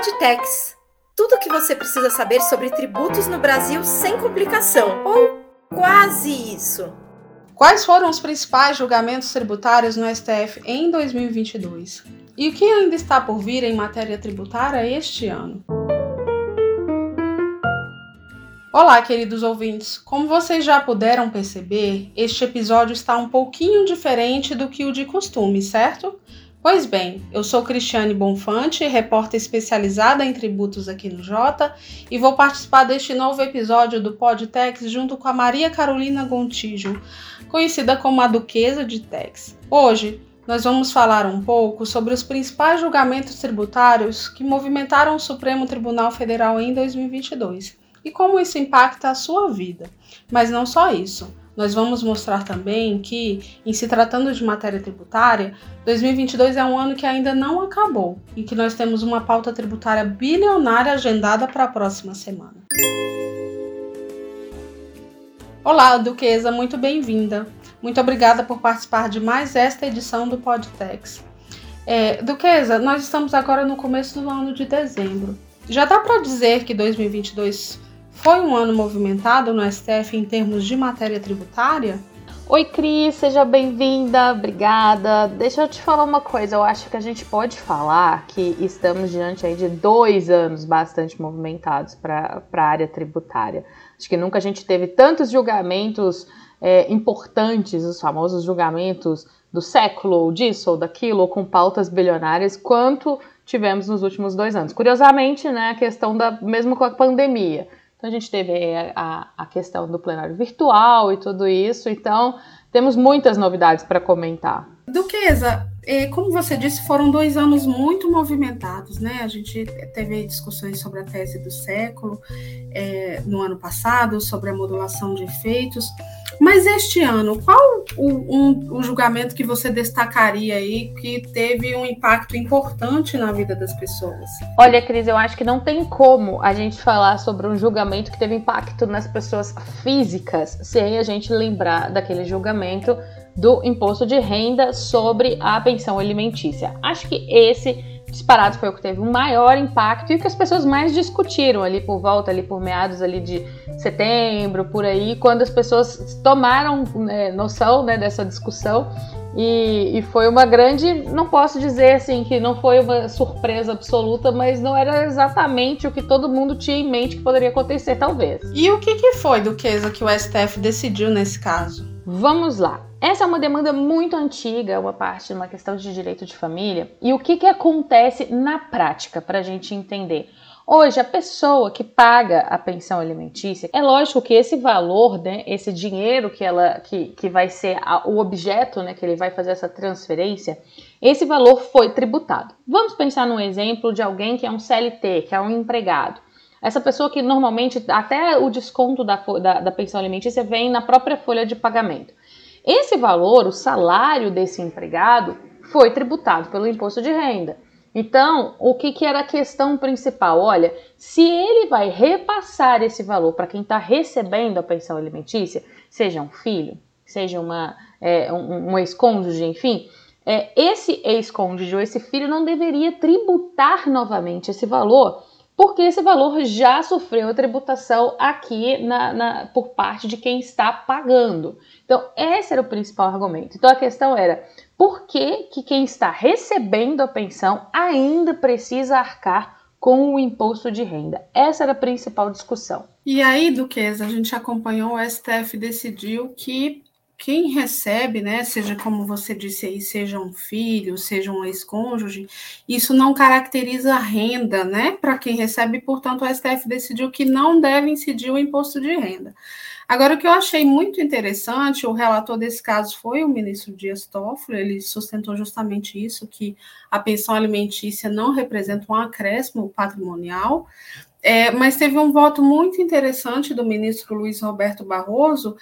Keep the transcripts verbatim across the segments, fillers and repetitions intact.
Podtex. Tudo o que você precisa saber sobre tributos no Brasil sem complicação, ou quase isso. Quais foram os principais julgamentos tributários no S T F em dois mil e vinte e dois? E o que ainda está por vir em matéria tributária este ano? Olá, queridos ouvintes! Como vocês já puderam perceber, este episódio está um pouquinho diferente do que o de costume, certo? Pois bem, eu sou Cristiane Bonfante, repórter especializada em tributos aqui no Jota, e vou participar deste novo episódio do Podtex junto com a Maria Carolina Gontijo, conhecida como a Duquesa de Tex. Hoje, nós vamos falar um pouco sobre os principais julgamentos tributários que movimentaram o Supremo Tribunal Federal em dois mil e vinte e dois e como isso impacta a sua vida. Mas não só isso. Nós vamos mostrar também que, em se tratando de matéria tributária, dois mil e vinte e dois é um ano que ainda não acabou e que nós temos uma pauta tributária bilionária agendada para a próxima semana. Olá, Duquesa, muito bem-vinda. Muito obrigada por participar de mais esta edição do Podtex. É, Duquesa, nós estamos agora no começo do ano de dezembro. Já dá para dizer que dois mil e vinte e dois foi um ano movimentado no S T F em termos de matéria tributária? Oi, Cris, seja bem-vinda, obrigada. Deixa eu te falar uma coisa, eu acho que a gente pode falar que estamos diante aí de dois anos bastante movimentados para a área tributária. Acho que nunca a gente teve tantos julgamentos é, importantes, os famosos julgamentos do século, ou disso ou daquilo, ou com pautas bilionárias, quanto tivemos nos últimos dois anos. Curiosamente, né, a questão da, mesmo com a pandemia. Então, a gente teve a, a questão do plenário virtual e tudo isso. Então, temos muitas novidades para comentar. Duquesa, como você disse, foram dois anos muito movimentados, né? A gente teve discussões sobre a tese do século é, no ano passado, sobre a modulação de efeitos. Mas este ano, qual o, um, o julgamento que você destacaria aí que teve um impacto importante na vida das pessoas? Olha, Cris, eu acho que não tem como a gente falar sobre um julgamento que teve impacto nas pessoas físicas sem a gente lembrar daquele julgamento do imposto de renda sobre a pensão alimentícia. Acho que esse disparado foi o que teve um maior impacto e o que as pessoas mais discutiram ali por volta, ali por meados ali de setembro, por aí, quando as pessoas tomaram né, noção né, dessa discussão e, e foi uma grande, não posso dizer assim que não foi uma surpresa absoluta, mas não era exatamente o que todo mundo tinha em mente que poderia acontecer, talvez. E o que, que foi, Duquesa, que o S T F decidiu nesse caso? Vamos lá. Essa é uma demanda muito antiga, uma parte de uma questão de direito de família. E o que, que acontece na prática, para a gente entender? Hoje, a pessoa que paga a pensão alimentícia, é lógico que esse valor, né, esse dinheiro que, ela, que, que vai ser a, o objeto, né, que ele vai fazer essa transferência, esse valor foi tributado. Vamos pensar num exemplo de alguém que é um C L T, que é um empregado. Essa pessoa que normalmente, até o desconto da, da, da pensão alimentícia vem na própria folha de pagamento. Esse valor, o salário desse empregado, foi tributado pelo imposto de renda. Então, o que, que era a questão principal? Olha, se ele vai repassar esse valor para quem está recebendo a pensão alimentícia, seja um filho, seja uma, é, um, um ex-cônjuge, enfim, é, esse ex-cônjuge ou esse filho não deveria tributar novamente esse valor, porque esse valor já sofreu a tributação aqui na, na, por parte de quem está pagando. Então, esse era o principal argumento. Então, a questão era, por que, que quem está recebendo a pensão ainda precisa arcar com o imposto de renda? Essa era a principal discussão. E aí, Duquesa, a gente acompanhou, o S T F decidiu que quem recebe, né, seja como você disse aí, seja um filho, seja um ex-cônjuge, isso não caracteriza renda, né, para quem recebe, portanto, o S T F decidiu que não deve incidir o imposto de renda. Agora, o que eu achei muito interessante, o relator desse caso foi o ministro Dias Toffoli, ele sustentou justamente isso, que a pensão alimentícia não representa um acréscimo patrimonial. É, mas teve um voto muito interessante do ministro Luiz Roberto Barroso,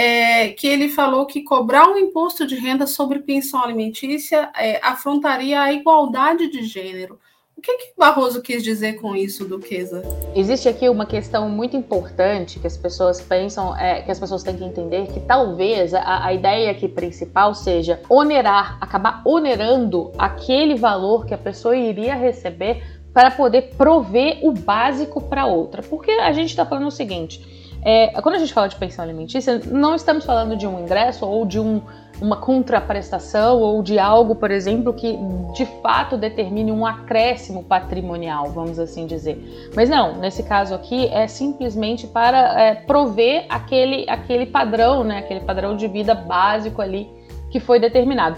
é, que ele falou que cobrar um imposto de renda sobre pensão alimentícia é, afrontaria a igualdade de gênero. O que que Barroso quis dizer com isso, Duquesa? Existe aqui uma questão muito importante que as pessoas pensam, é, que as pessoas têm que entender, que talvez a, a ideia aqui principal seja onerar, acabar onerando aquele valor que a pessoa iria receber para poder prover o básico para outra. Porque a gente está falando o seguinte, é, quando a gente fala de pensão alimentícia, não estamos falando de um ingresso ou de um, uma contraprestação ou de algo, por exemplo, que de fato determine um acréscimo patrimonial, vamos assim dizer. Mas não, nesse caso aqui é simplesmente para é, prover aquele, aquele padrão, né, aquele padrão de vida básico ali que foi determinado.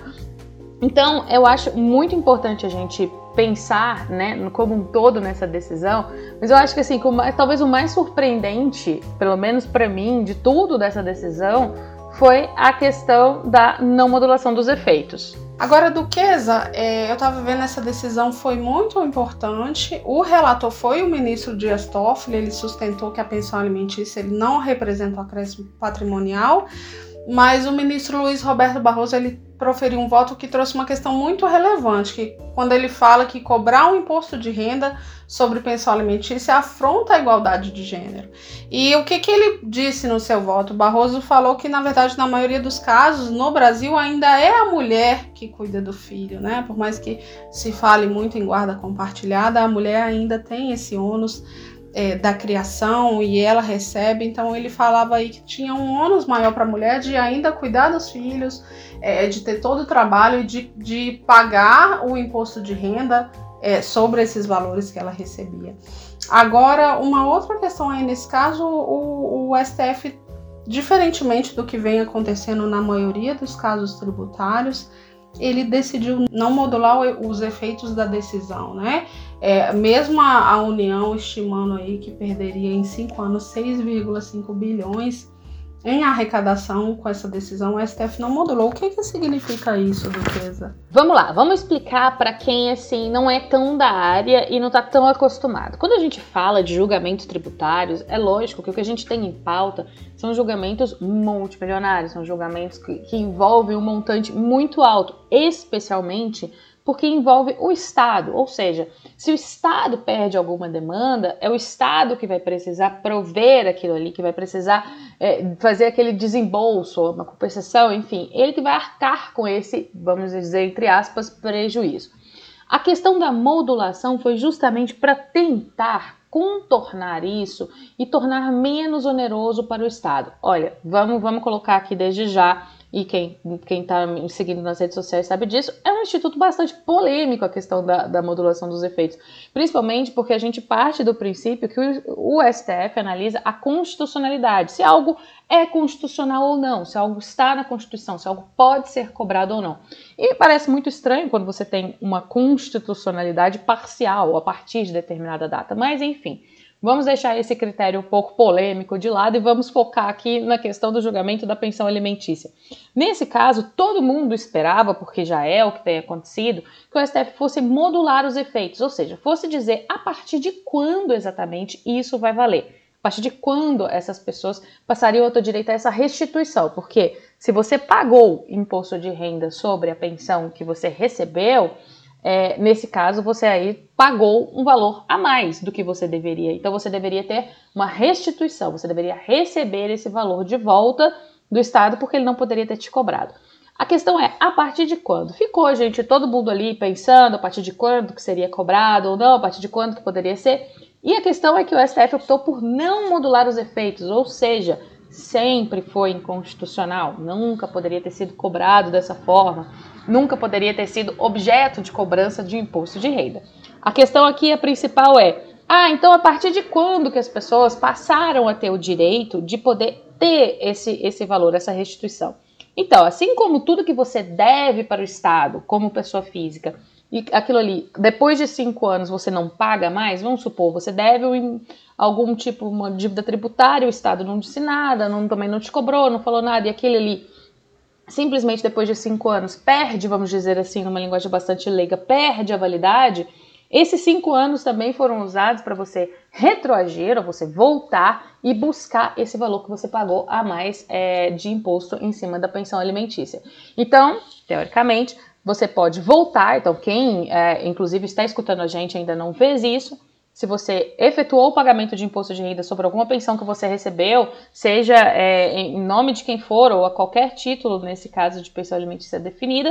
Então, eu acho muito importante a gente pensar, né, como um todo nessa decisão, mas eu acho que assim, como, talvez o mais surpreendente, pelo menos para mim, de tudo dessa decisão, foi a questão da não modulação dos efeitos. Agora, Duquesa, é, eu estava vendo essa decisão foi muito importante. O relator foi o ministro Dias Toffoli, ele sustentou que a pensão alimentícia ele não representa um acréscimo patrimonial, mas o ministro Luiz Roberto Barroso ele proferiu um voto que trouxe uma questão muito relevante, que quando ele fala que cobrar um imposto de renda sobre pensão alimentícia afronta a igualdade de gênero. E o que, que ele disse no seu voto? Barroso falou que, na verdade, na maioria dos casos, no Brasil, ainda é a mulher que cuida do filho, né? Por mais que se fale muito em guarda compartilhada, a mulher ainda tem esse ônus É, da criação e ela recebe, então ele falava aí que tinha um ônus maior para a mulher de ainda cuidar dos filhos, é, de ter todo o trabalho e de, de pagar o imposto de renda é, sobre esses valores que ela recebia. Agora, uma outra questão aí nesse caso, o, o S T F, diferentemente do que vem acontecendo na maioria dos casos tributários, ele decidiu não modular os efeitos da decisão, né? É, mesmo a, a União estimando aí que perderia em cinco anos seis vírgula cinco bilhões em arrecadação com essa decisão, o S T F não modulou. O que que significa isso, Duquesa? Vamos lá, vamos explicar para quem assim não é tão da área e não está tão acostumado. Quando a gente fala de julgamentos tributários, é lógico que o que a gente tem em pauta são julgamentos multimilionários, são julgamentos que, que envolvem um montante muito alto, especialmente porque envolve o Estado, ou seja, se o Estado perde alguma demanda, é o Estado que vai precisar prover aquilo ali, que vai precisar é, fazer aquele desembolso, uma compensação, enfim, ele que vai arcar com esse, vamos dizer, entre aspas, prejuízo. A questão da modulação foi justamente para tentar contornar isso e tornar menos oneroso para o Estado. Olha, vamos, vamos colocar aqui desde já, e quem está me seguindo nas redes sociais sabe disso, é um instituto bastante polêmico a questão da, da modulação dos efeitos, principalmente porque a gente parte do princípio que o, o S T F analisa a constitucionalidade, se algo é constitucional ou não, se algo está na Constituição, se algo pode ser cobrado ou não. E me parece muito estranho quando você tem uma constitucionalidade parcial a partir de determinada data, mas enfim. Vamos deixar esse critério um pouco polêmico de lado e vamos focar aqui na questão do julgamento da pensão alimentícia. Nesse caso, todo mundo esperava, porque já é o que tem acontecido, que o S T F fosse modular os efeitos, ou seja, fosse dizer a partir de quando exatamente isso vai valer. A partir de quando essas pessoas passariam a ter direito a essa restituição, porque se você pagou imposto de renda sobre a pensão que você recebeu, É, nesse caso, você aí pagou um valor a mais do que você deveria. Então, você deveria ter uma restituição, você deveria receber esse valor de volta do Estado, porque ele não poderia ter te cobrado. A questão é, a partir de quando? Ficou, gente, todo mundo ali pensando a partir de quando que seria cobrado ou não, a partir de quando que poderia ser. E a questão é que o S T F optou por não modular os efeitos, ou seja, sempre foi inconstitucional, nunca poderia ter sido cobrado dessa forma, nunca poderia ter sido objeto de cobrança de imposto de renda. A questão aqui, a principal é, ah, então a partir de quando que as pessoas passaram a ter o direito de poder ter esse, esse valor, essa restituição? Então, assim como tudo que você deve para o Estado, como pessoa física, e aquilo ali, depois de cinco anos você não paga mais, vamos supor, você deve um, algum tipo, uma dívida tributária, o Estado não disse nada, não, também não te cobrou, não falou nada, e aquele ali, simplesmente depois de cinco anos, perde, vamos dizer assim, numa linguagem bastante leiga, perde a validade, esses cinco anos também foram usados para você retroagir, ou você voltar e buscar esse valor que você pagou a mais é, de imposto em cima da pensão alimentícia. Então, teoricamente, você pode voltar, então quem é, inclusive está escutando a gente ainda não fez isso, se você efetuou o pagamento de imposto de renda sobre alguma pensão que você recebeu, seja é, em nome de quem for ou a qualquer título, nesse caso de pensão alimentícia definida,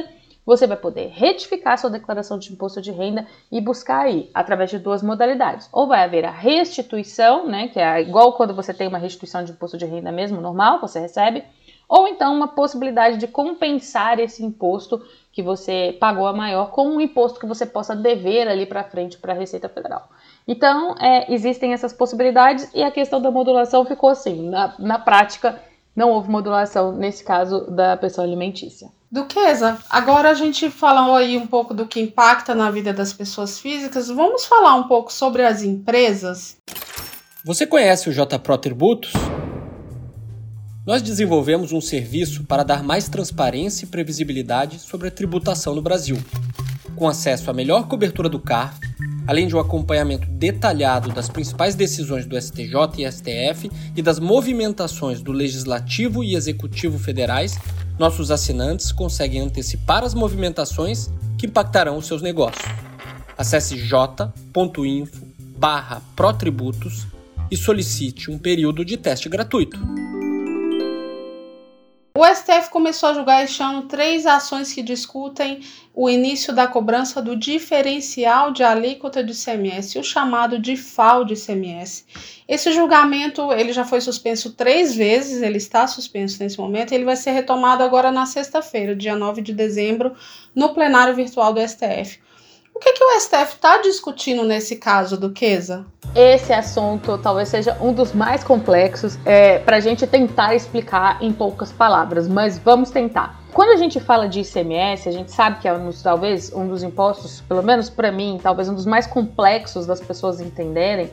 você vai poder retificar sua declaração de imposto de renda e buscar aí, através de duas modalidades. Ou vai haver a restituição, né, que é igual quando você tem uma restituição de imposto de renda mesmo, normal, você recebe, ou então uma possibilidade de compensar esse imposto que você pagou a maior com um imposto que você possa dever ali para frente para a Receita Federal. Então, é, existem essas possibilidades e a questão da modulação ficou assim, na, na prática, não houve modulação nesse caso da pensão alimentícia. Duquesa, agora a gente falou aí um pouco do que impacta na vida das pessoas físicas, vamos falar um pouco sobre as empresas? Você conhece o J Pro Tributos? Nós desenvolvemos um serviço para dar mais transparência e previsibilidade sobre a tributação no Brasil, com acesso à melhor cobertura do C A R F, além de um acompanhamento detalhado das principais decisões do S T J e S T F e das movimentações do Legislativo e Executivo federais. Nossos assinantes conseguem antecipar as movimentações que impactarão os seus negócios. Acesse j.info barra protributos e solicite um período de teste gratuito. O S T F começou a julgar este ano três ações que discutem o início da cobrança do diferencial de alíquota de I C M S, o chamado D I F A L de I C M S. Esse julgamento ele já foi suspenso três vezes, ele está suspenso nesse momento, e ele vai ser retomado agora na sexta-feira, dia nove de dezembro, no plenário virtual do S T F. O que, que o S T F está discutindo nesse caso, Duquesa? Esse assunto talvez seja um dos mais complexos é, para a gente tentar explicar em poucas palavras, mas vamos tentar. Quando a gente fala de I C M S, a gente sabe que é um, talvez um dos impostos, pelo menos para mim, talvez um dos mais complexos das pessoas entenderem,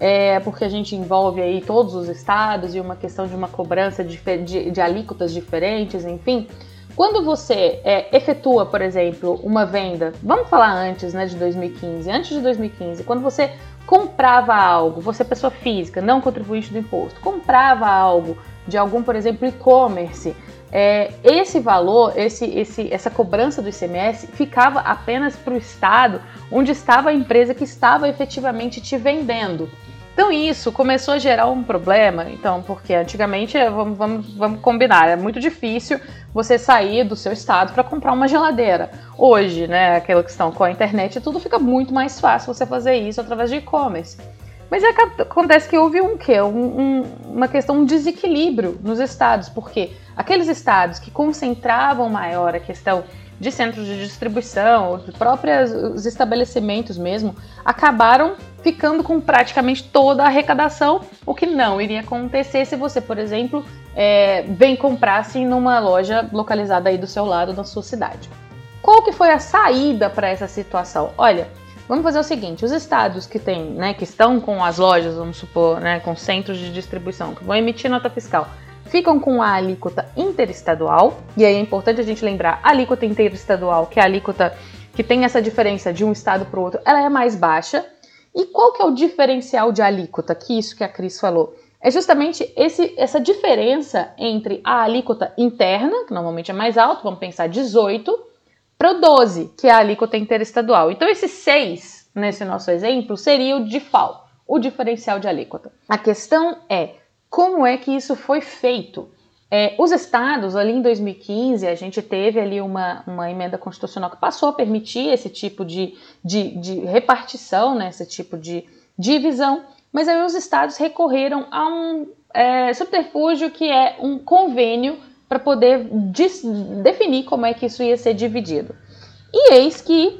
é porque a gente envolve aí todos os estados e uma questão de uma cobrança de, de, de alíquotas diferentes, enfim. Quando você é, efetua, por exemplo, uma venda, vamos falar antes, né, de dois mil e quinze, antes de dois mil e quinze, quando você comprava algo, você pessoa física, não contribuinte do imposto, comprava algo de algum, por exemplo, e-commerce, é, esse valor, esse, esse, essa cobrança do I C M S ficava apenas para o estado onde estava a empresa que estava efetivamente te vendendo. Então isso começou a gerar um problema, então, porque antigamente, vamos, vamos, vamos combinar, é muito difícil você sair do seu estado para comprar uma geladeira. Hoje, né, aquela questão com a internet, tudo fica muito mais fácil você fazer isso através de e-commerce. Mas é, acontece que houve um quê? Um, um, uma questão, um desequilíbrio nos estados, porque aqueles estados que concentravam maior a questão de centros de distribuição, ou de próprios estabelecimentos mesmo, acabaram ficando com praticamente toda a arrecadação, o que não iria acontecer se você, por exemplo, é, vem comprasse numa loja localizada aí do seu lado, na sua cidade. Qual que foi a saída para essa situação? Olha, vamos fazer o seguinte, os estados que, tem, né, que estão com as lojas, vamos supor, né, com centros de distribuição, que vão emitir nota fiscal, ficam com a alíquota interestadual, e aí é importante a gente lembrar, a alíquota interestadual, que é a alíquota que tem essa diferença de um estado para o outro, ela é mais baixa. E qual que é o diferencial de alíquota? Que isso que a Cris falou. É justamente esse, essa diferença entre a alíquota interna, que normalmente é mais alta, vamos pensar dezoito, para o doze, que é a alíquota interestadual. Então esse seis, nesse nosso exemplo, seria o D I F A L, o diferencial de alíquota. A questão é, como é que isso foi feito? É, os estados, ali em dois mil e quinze, a gente teve ali uma, uma emenda constitucional que passou a permitir esse tipo de, de, de repartição, né, esse tipo de divisão, mas aí os estados recorreram a um é, subterfúgio que é um convênio para poder dis, definir como é que isso ia ser dividido. E eis que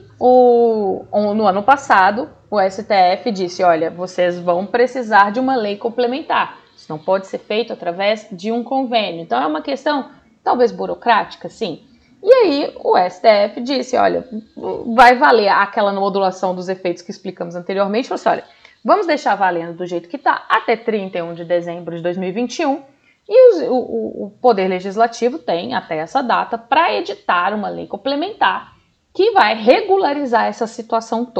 o, no ano passado o S T F disse, olha, vocês vão precisar de uma lei complementar. Isso não pode ser feito através de um convênio. Então é uma questão talvez burocrática, sim. E aí o S T F disse, olha, vai valer aquela modulação dos efeitos que explicamos anteriormente. Falou assim, olha, vamos deixar valendo do jeito que está até trinta e um de dezembro de dois mil e vinte e um. E os, o, o Poder Legislativo tem até essa data para editar uma lei complementar que vai regularizar essa situação toda.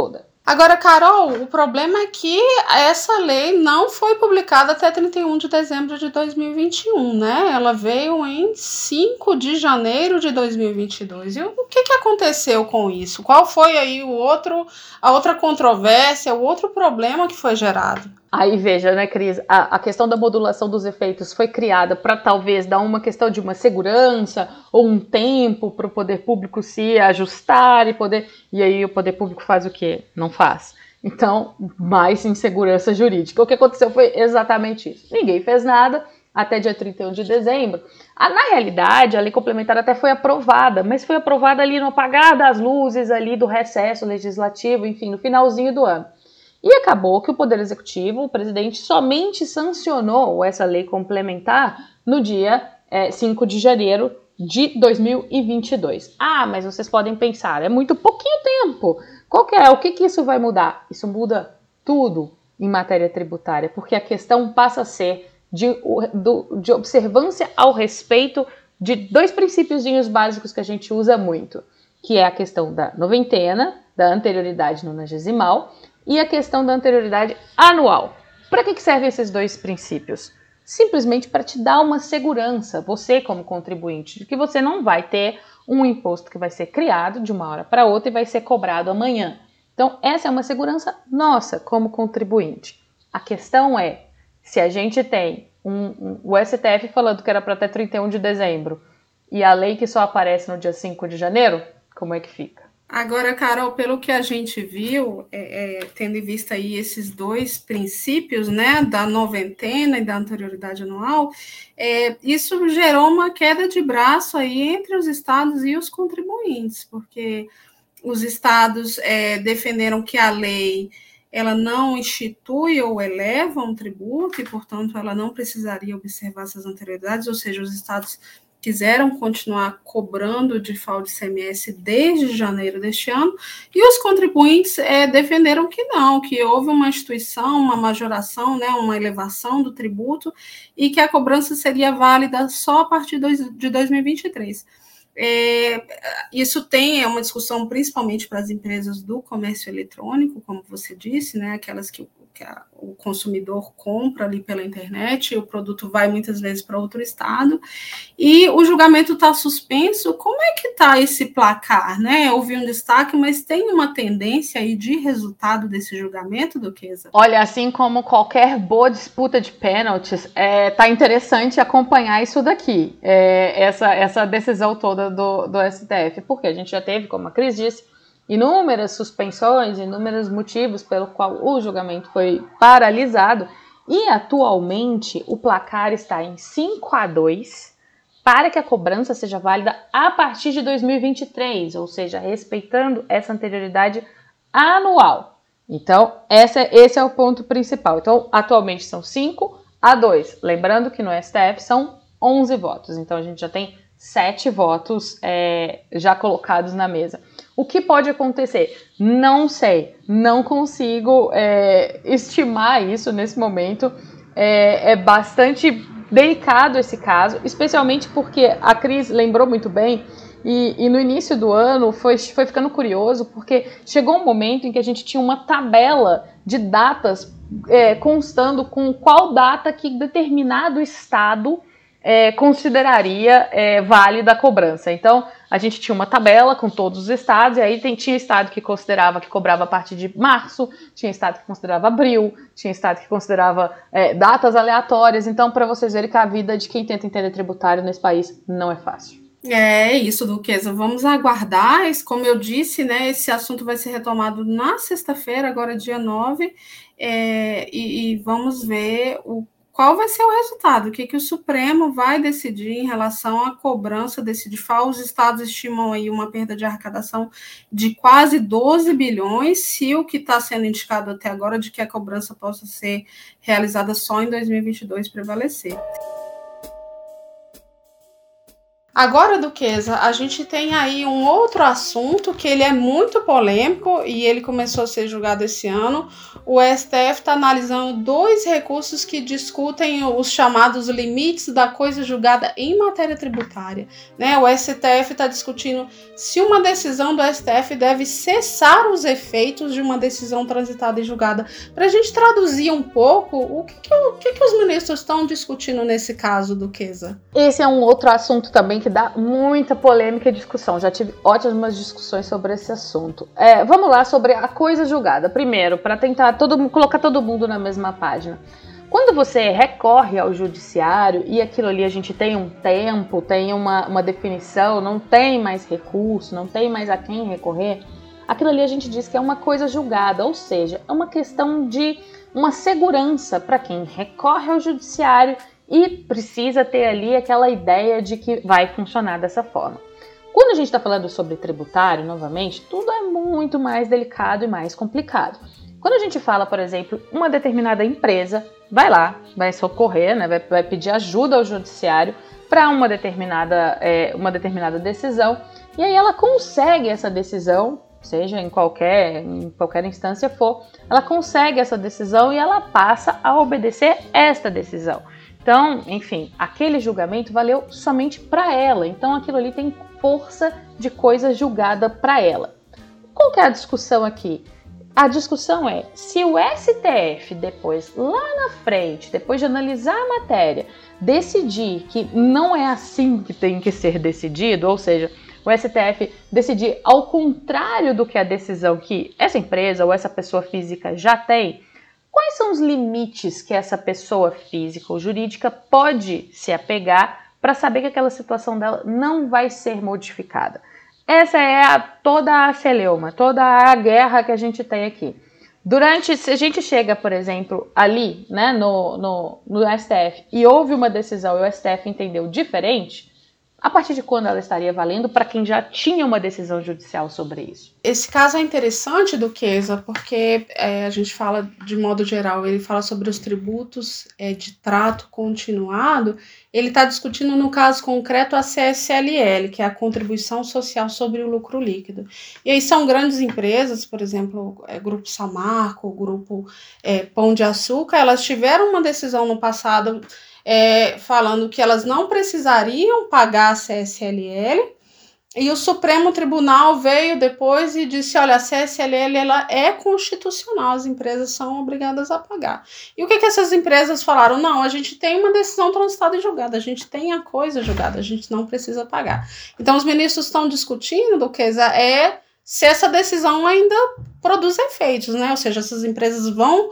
Agora, Carol, o problema é que essa lei não foi publicada até trinta e um de dezembro de dois mil e vinte e um, né? Ela veio em cinco de janeiro de dois mil e vinte e dois. E o que, que aconteceu com isso? Qual foi aí o outro, a outra controvérsia, o outro problema que foi gerado? Aí veja, né, Cris, a, a questão da modulação dos efeitos foi criada para talvez dar uma questão de uma segurança ou um tempo para o poder público se ajustar e poder... E aí o poder público faz o quê? Não faz. Então, mais insegurança jurídica. O que aconteceu foi exatamente isso. Ninguém fez nada até dia trinta e um de dezembro. Ah, na realidade, a lei complementar até foi aprovada, mas foi aprovada ali no apagar das luzes ali do recesso legislativo, enfim, no finalzinho do ano. E acabou que o Poder Executivo, o presidente, somente sancionou essa lei complementar no dia é, cinco de janeiro de dois mil e vinte e dois. Ah, mas vocês podem pensar, é muito pouquinho tempo. Qual que é? O que, que isso vai mudar? Isso muda tudo em matéria tributária, porque a questão passa a ser de, do, de observância ao respeito de dois princípiozinhos básicos que a gente usa muito, que é a questão da noventena, da anterioridade nonagesimal, e a questão da anterioridade anual. Para que servem esses dois princípios? Simplesmente para te dar uma segurança, você como contribuinte, de que você não vai ter um imposto que vai ser criado de uma hora para outra e vai ser cobrado amanhã. Então, essa é uma segurança nossa como contribuinte. A questão é, se a gente tem um, um, o S T F falando que era para até trinta e um de dezembro e a lei que só aparece no dia cinco de janeiro, como é que fica? Agora, Carol, pelo que a gente viu, é, é, tendo em vista aí esses dois princípios, né, da noventena e da anterioridade anual, é, isso gerou uma queda de braço aí entre os estados e os contribuintes, porque os estados é, defenderam que a lei ela não institui ou eleva um tributo e, portanto, ela não precisaria observar essas anterioridades, ou seja, os estados quiseram continuar cobrando o default de I C M S desde janeiro deste ano, e os contribuintes é, defenderam que não, que houve uma instituição, uma majoração, né, uma elevação do tributo, e que a cobrança seria válida só a partir de dois mil e vinte e três. É, isso tem é uma discussão principalmente para as empresas do comércio eletrônico, como você disse, né, aquelas que, que a, o consumidor compra ali pela internet, e o produto vai muitas vezes para outro estado, e o julgamento está suspenso. Como é que está esse placar, né? Houve um destaque, mas tem uma tendência aí de resultado desse julgamento, Duquesa? Olha, assim como qualquer boa disputa de pênaltis, é, tá interessante acompanhar isso daqui, é, essa, essa decisão toda do, do S T F, porque a gente já teve, como a Cris disse, inúmeras suspensões, inúmeros motivos pelo qual o julgamento foi paralisado, e atualmente o placar está em cinco a dois para que a cobrança seja válida a partir de dois mil e vinte e três, ou seja, respeitando essa anterioridade anual. Então, essa, esse é o ponto principal. Então, atualmente são cinco a dois. Lembrando que no S T F são onze votos, então a gente já tem sete votos é, já colocados na mesa. O que pode acontecer? Não sei, não consigo é, estimar isso nesse momento. É, é bastante delicado esse caso, especialmente porque a Cris lembrou muito bem, e, e no início do ano foi, foi ficando curioso, porque chegou um momento em que a gente tinha uma tabela de datas é, constando com qual data que determinado estado É, consideraria é, válida a cobrança. Então, a gente tinha uma tabela com todos os estados, e aí tem, tinha estado que considerava que cobrava a partir de março, tinha estado que considerava abril, tinha estado que considerava é, datas aleatórias. Então, para vocês verem que a vida de quem tenta entender tributário nesse país não é fácil. É isso, Duquesa. Vamos aguardar. Como eu disse, né, esse assunto vai ser retomado na sexta-feira, agora dia nove, é, e, e vamos ver o qual vai ser o resultado, o que, que o Supremo vai decidir em relação à cobrança desse default. Os estados estimam aí uma perda de arrecadação de quase doze bilhões, se o que está sendo indicado até agora de que a cobrança possa ser realizada só em dois mil e vinte e dois prevalecer. Agora, Duquesa, a gente tem aí um outro assunto que ele é muito polêmico e ele começou a ser julgado esse ano. O S T F está analisando dois recursos que discutem os chamados limites da coisa julgada em matéria tributária, né? O S T F está discutindo se uma decisão do S T F deve cessar os efeitos de uma decisão transitada e julgada. Para a gente traduzir um pouco, o que, que, o que, que os ministros estão discutindo nesse caso, Duquesa? Esse é um outro assunto também que dá muita polêmica e discussão. Já tive ótimas discussões sobre esse assunto. É, vamos lá sobre a coisa julgada. Primeiro, para tentar todo, colocar todo mundo na mesma página. Quando você recorre ao judiciário e aquilo ali a gente tem um tempo, tem uma, uma definição, não tem mais recurso, não tem mais a quem recorrer, aquilo ali a gente diz que é uma coisa julgada, ou seja, é uma questão de uma segurança para quem recorre ao judiciário e precisa ter ali aquela ideia de que vai funcionar dessa forma. Quando a gente está falando sobre tributário, novamente, tudo é muito mais delicado e mais complicado. Quando a gente fala, por exemplo, uma determinada empresa vai lá, vai socorrer, né, vai, vai pedir ajuda ao judiciário para uma determinada, é, uma determinada decisão, e aí ela consegue essa decisão, seja em qualquer, em qualquer instância for, ela consegue essa decisão e ela passa a obedecer esta decisão. Então, enfim, aquele julgamento valeu somente para ela. Então, aquilo ali tem força de coisa julgada para ela. Qual que é a discussão aqui? A discussão é, se o S T F depois, lá na frente, depois de analisar a matéria, decidir que não é assim que tem que ser decidido, ou seja, o S T F decidir ao contrário do que a decisão que essa empresa ou essa pessoa física já tem, quais são os limites que essa pessoa física ou jurídica pode se apegar para saber que aquela situação dela não vai ser modificada? Essa é a, toda a celeuma, toda a guerra que a gente tem aqui. Durante, se a gente chega, por exemplo, ali, né, no, no, no S T F e houve uma decisão e o S T F entendeu diferente, a partir de quando ela estaria valendo para quem já tinha uma decisão judicial sobre isso? Esse caso é interessante, Duquesa, porque é, a gente fala, de modo geral, ele fala sobre os tributos é, de trato continuado. Ele está discutindo, no caso concreto, a C S L L, que é a Contribuição Social sobre o Lucro Líquido. E aí são grandes empresas, por exemplo, é, Grupo Samarco, Grupo é, Pão de Açúcar, elas tiveram uma decisão no passado É, falando que elas não precisariam pagar a C S L L, e o Supremo Tribunal veio depois e disse, olha, a C S L L ela é constitucional, as empresas são obrigadas a pagar. E o que, que essas empresas falaram? Não, a gente tem uma decisão transitada e julgada, a gente tem a coisa julgada, a gente não precisa pagar. Então os ministros estão discutindo, Duquesa, é se essa decisão ainda produz efeitos, né? Ou seja, essas empresas vão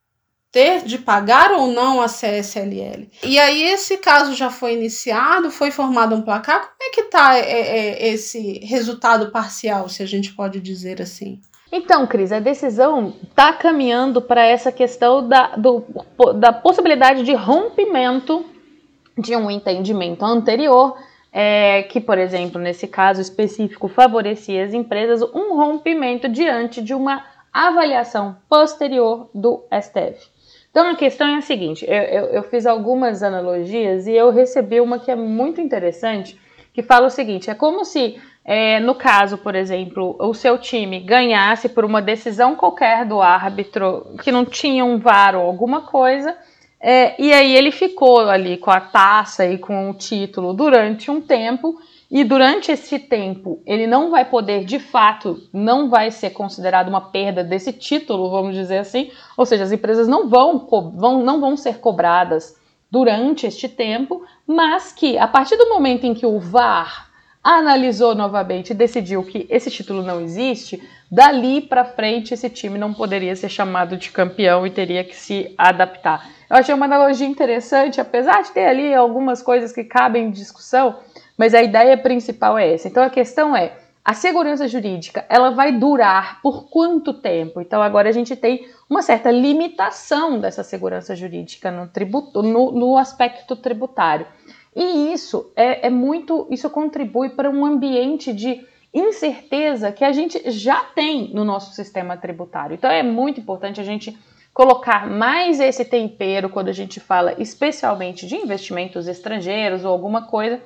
ter de pagar ou não a C S L L. E aí esse caso já foi iniciado, foi formado um placar. Como é que está é, é, esse resultado parcial, se a gente pode dizer assim? Então, Cris, a decisão está caminhando para essa questão da, do, da possibilidade de rompimento de um entendimento anterior, é, que, por exemplo, nesse caso específico, favorecia as empresas, um rompimento diante de uma avaliação posterior do S T F. Então a questão é a seguinte, eu, eu, eu fiz algumas analogias e eu recebi uma que é muito interessante, que fala o seguinte, é como se, é, no caso, por exemplo, o seu time ganhasse por uma decisão qualquer do árbitro, que não tinha um V A R ou alguma coisa, é, e aí ele ficou ali com a taça e com o título durante um tempo, e durante esse tempo ele não vai poder, de fato, não vai ser considerado uma perda desse título, vamos dizer assim, ou seja, as empresas não vão, vão, não vão ser cobradas durante este tempo, mas que a partir do momento em que o V A R analisou novamente e decidiu que esse título não existe, dali para frente esse time não poderia ser chamado de campeão e teria que se adaptar. Eu achei uma analogia interessante, apesar de ter ali algumas coisas que cabem em discussão, mas a ideia principal é essa. Então a questão é, a segurança jurídica, ela vai durar por quanto tempo? Então agora a gente tem uma certa limitação dessa segurança jurídica no, tributo, no, no aspecto tributário. E isso é, é muito, isso contribui para um ambiente de incerteza que a gente já tem no nosso sistema tributário. Então é muito importante a gente colocar mais esse tempero quando a gente fala especialmente de investimentos estrangeiros ou alguma coisa,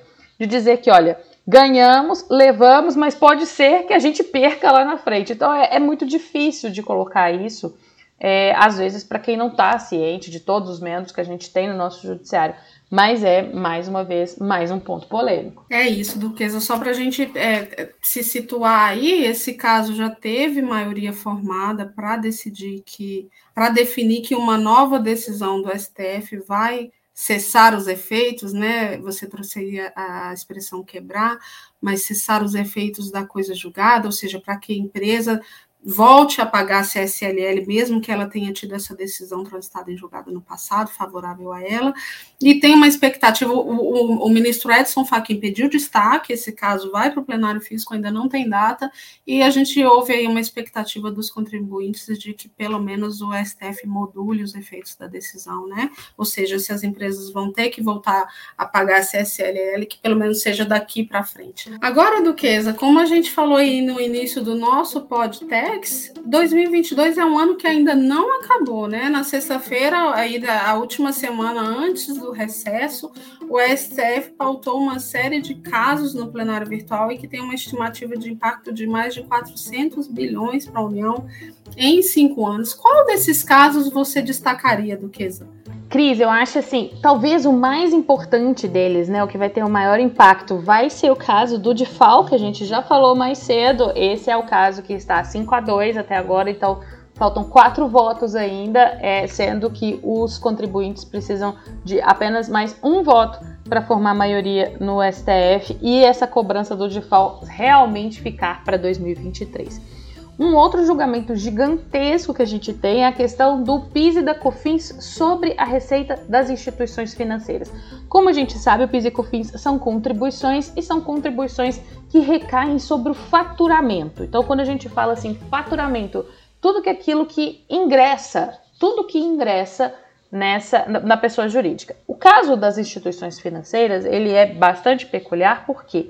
de dizer que, olha, ganhamos, levamos, mas pode ser que a gente perca lá na frente. Então é, é muito difícil de colocar isso, é, às vezes, para quem não está ciente de todos os membros que a gente tem no nosso judiciário. Mas é, mais uma vez, mais um ponto polêmico. É isso, Duquesa. Só para a gente é, se situar aí, esse caso já teve maioria formada para decidir que, para definir que uma nova decisão do S T F vai cessar os efeitos, né? Você trouxe aí a, a expressão quebrar, mas cessar os efeitos da coisa julgada, ou seja, para que a empresa volte a pagar a C S L L, mesmo que ela tenha tido essa decisão transitada em julgado no passado, favorável a ela, e tem uma expectativa, o, o, o ministro Edson Fachin pediu destaque, esse caso vai para o plenário físico, ainda não tem data, e a gente ouve aí uma expectativa dos contribuintes de que pelo menos o S T F module os efeitos da decisão, né, ou seja, se as empresas vão ter que voltar a pagar a C S L L, que pelo menos seja daqui para frente. Agora, Duquesa, como a gente falou aí no início do nosso podcast, dois mil e vinte e dois é um ano que ainda não acabou, né? Na sexta-feira, aí a última semana antes do recesso, o S T F pautou uma série de casos no plenário virtual e que tem uma estimativa de impacto de mais de quatrocentos bilhões para a União em cinco anos. Qual desses casos você destacaria, Duquesa? Cris, eu acho assim, talvez o mais importante deles, né, o que vai ter o maior impacto, vai ser o caso do D F A O, que a gente já falou mais cedo. Esse é o caso que está cinco a dois até agora, então faltam quatro votos ainda, é, sendo que os contribuintes precisam de apenas mais um voto para formar maioria no S T F e essa cobrança do D F A O realmente ficar para dois mil e vinte e três. Um outro julgamento gigantesco que a gente tem é a questão do PIS e da COFINS sobre a receita das instituições financeiras. Como a gente sabe, o PIS e COFINS são contribuições e são contribuições que recaem sobre o faturamento. Então, quando a gente fala assim, faturamento, tudo que é aquilo que ingressa, tudo que ingressa nessa, na pessoa jurídica. O caso das instituições financeiras, ele é bastante peculiar porque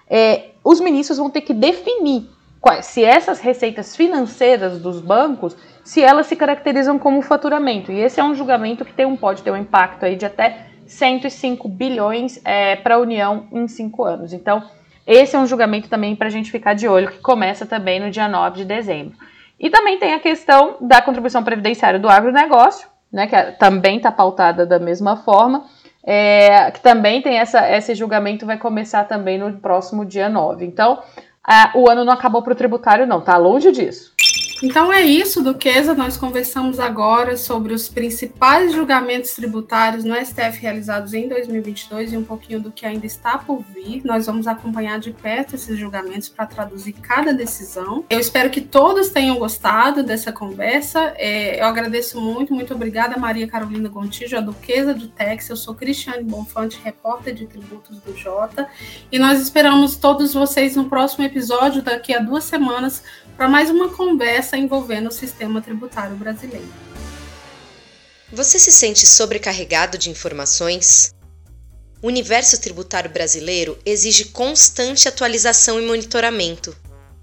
é, os ministros vão ter que definir se essas receitas financeiras dos bancos, se elas se caracterizam como faturamento. E esse é um julgamento que tem um, pode ter um impacto aí de até cento e cinco bilhões é, para a União em cinco anos. Então, esse é um julgamento também para a gente ficar de olho, que começa também no dia nove de dezembro. E também tem a questão da contribuição previdenciária do agronegócio, né, que também está pautada da mesma forma, é, que também tem essa, esse julgamento, vai começar também no próximo dia nove. Então, Ah, o ano não acabou para o tributário, não, tá longe disso. Então é isso, Duquesa, nós conversamos agora sobre os principais julgamentos tributários no S T F realizados em dois mil e vinte e dois e um pouquinho do que ainda está por vir. Nós vamos acompanhar de perto esses julgamentos para traduzir cada decisão. Eu espero que todos tenham gostado dessa conversa. É, eu agradeço muito, muito obrigada, Maria Carolina Gontijo, a Duquesa de Tex. Eu sou Cristiane Bonfante, repórter de tributos do Jota, e nós esperamos todos vocês no próximo episódio, daqui a duas semanas, para mais uma conversa envolvendo o sistema tributário brasileiro. Você se sente sobrecarregado de informações? O universo tributário brasileiro exige constante atualização e monitoramento.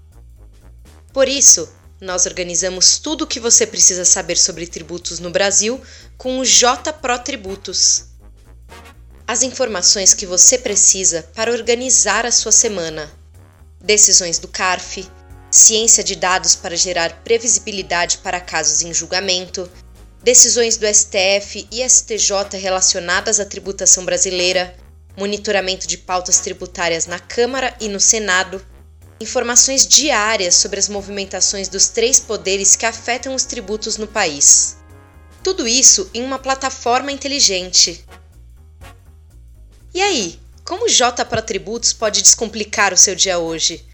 Por isso, nós organizamos tudo o que você precisa saber sobre tributos no Brasil com o J Pro Tributos. As informações que você precisa para organizar a sua semana. Decisões do CARF, ciência de dados para gerar previsibilidade para casos em julgamento, decisões do S T F e S T J relacionadas à tributação brasileira, monitoramento de pautas tributárias na Câmara e no Senado, informações diárias sobre as movimentações dos três poderes que afetam os tributos no país. Tudo isso em uma plataforma inteligente. E aí, como o J Pro Tributos pode descomplicar o seu dia hoje?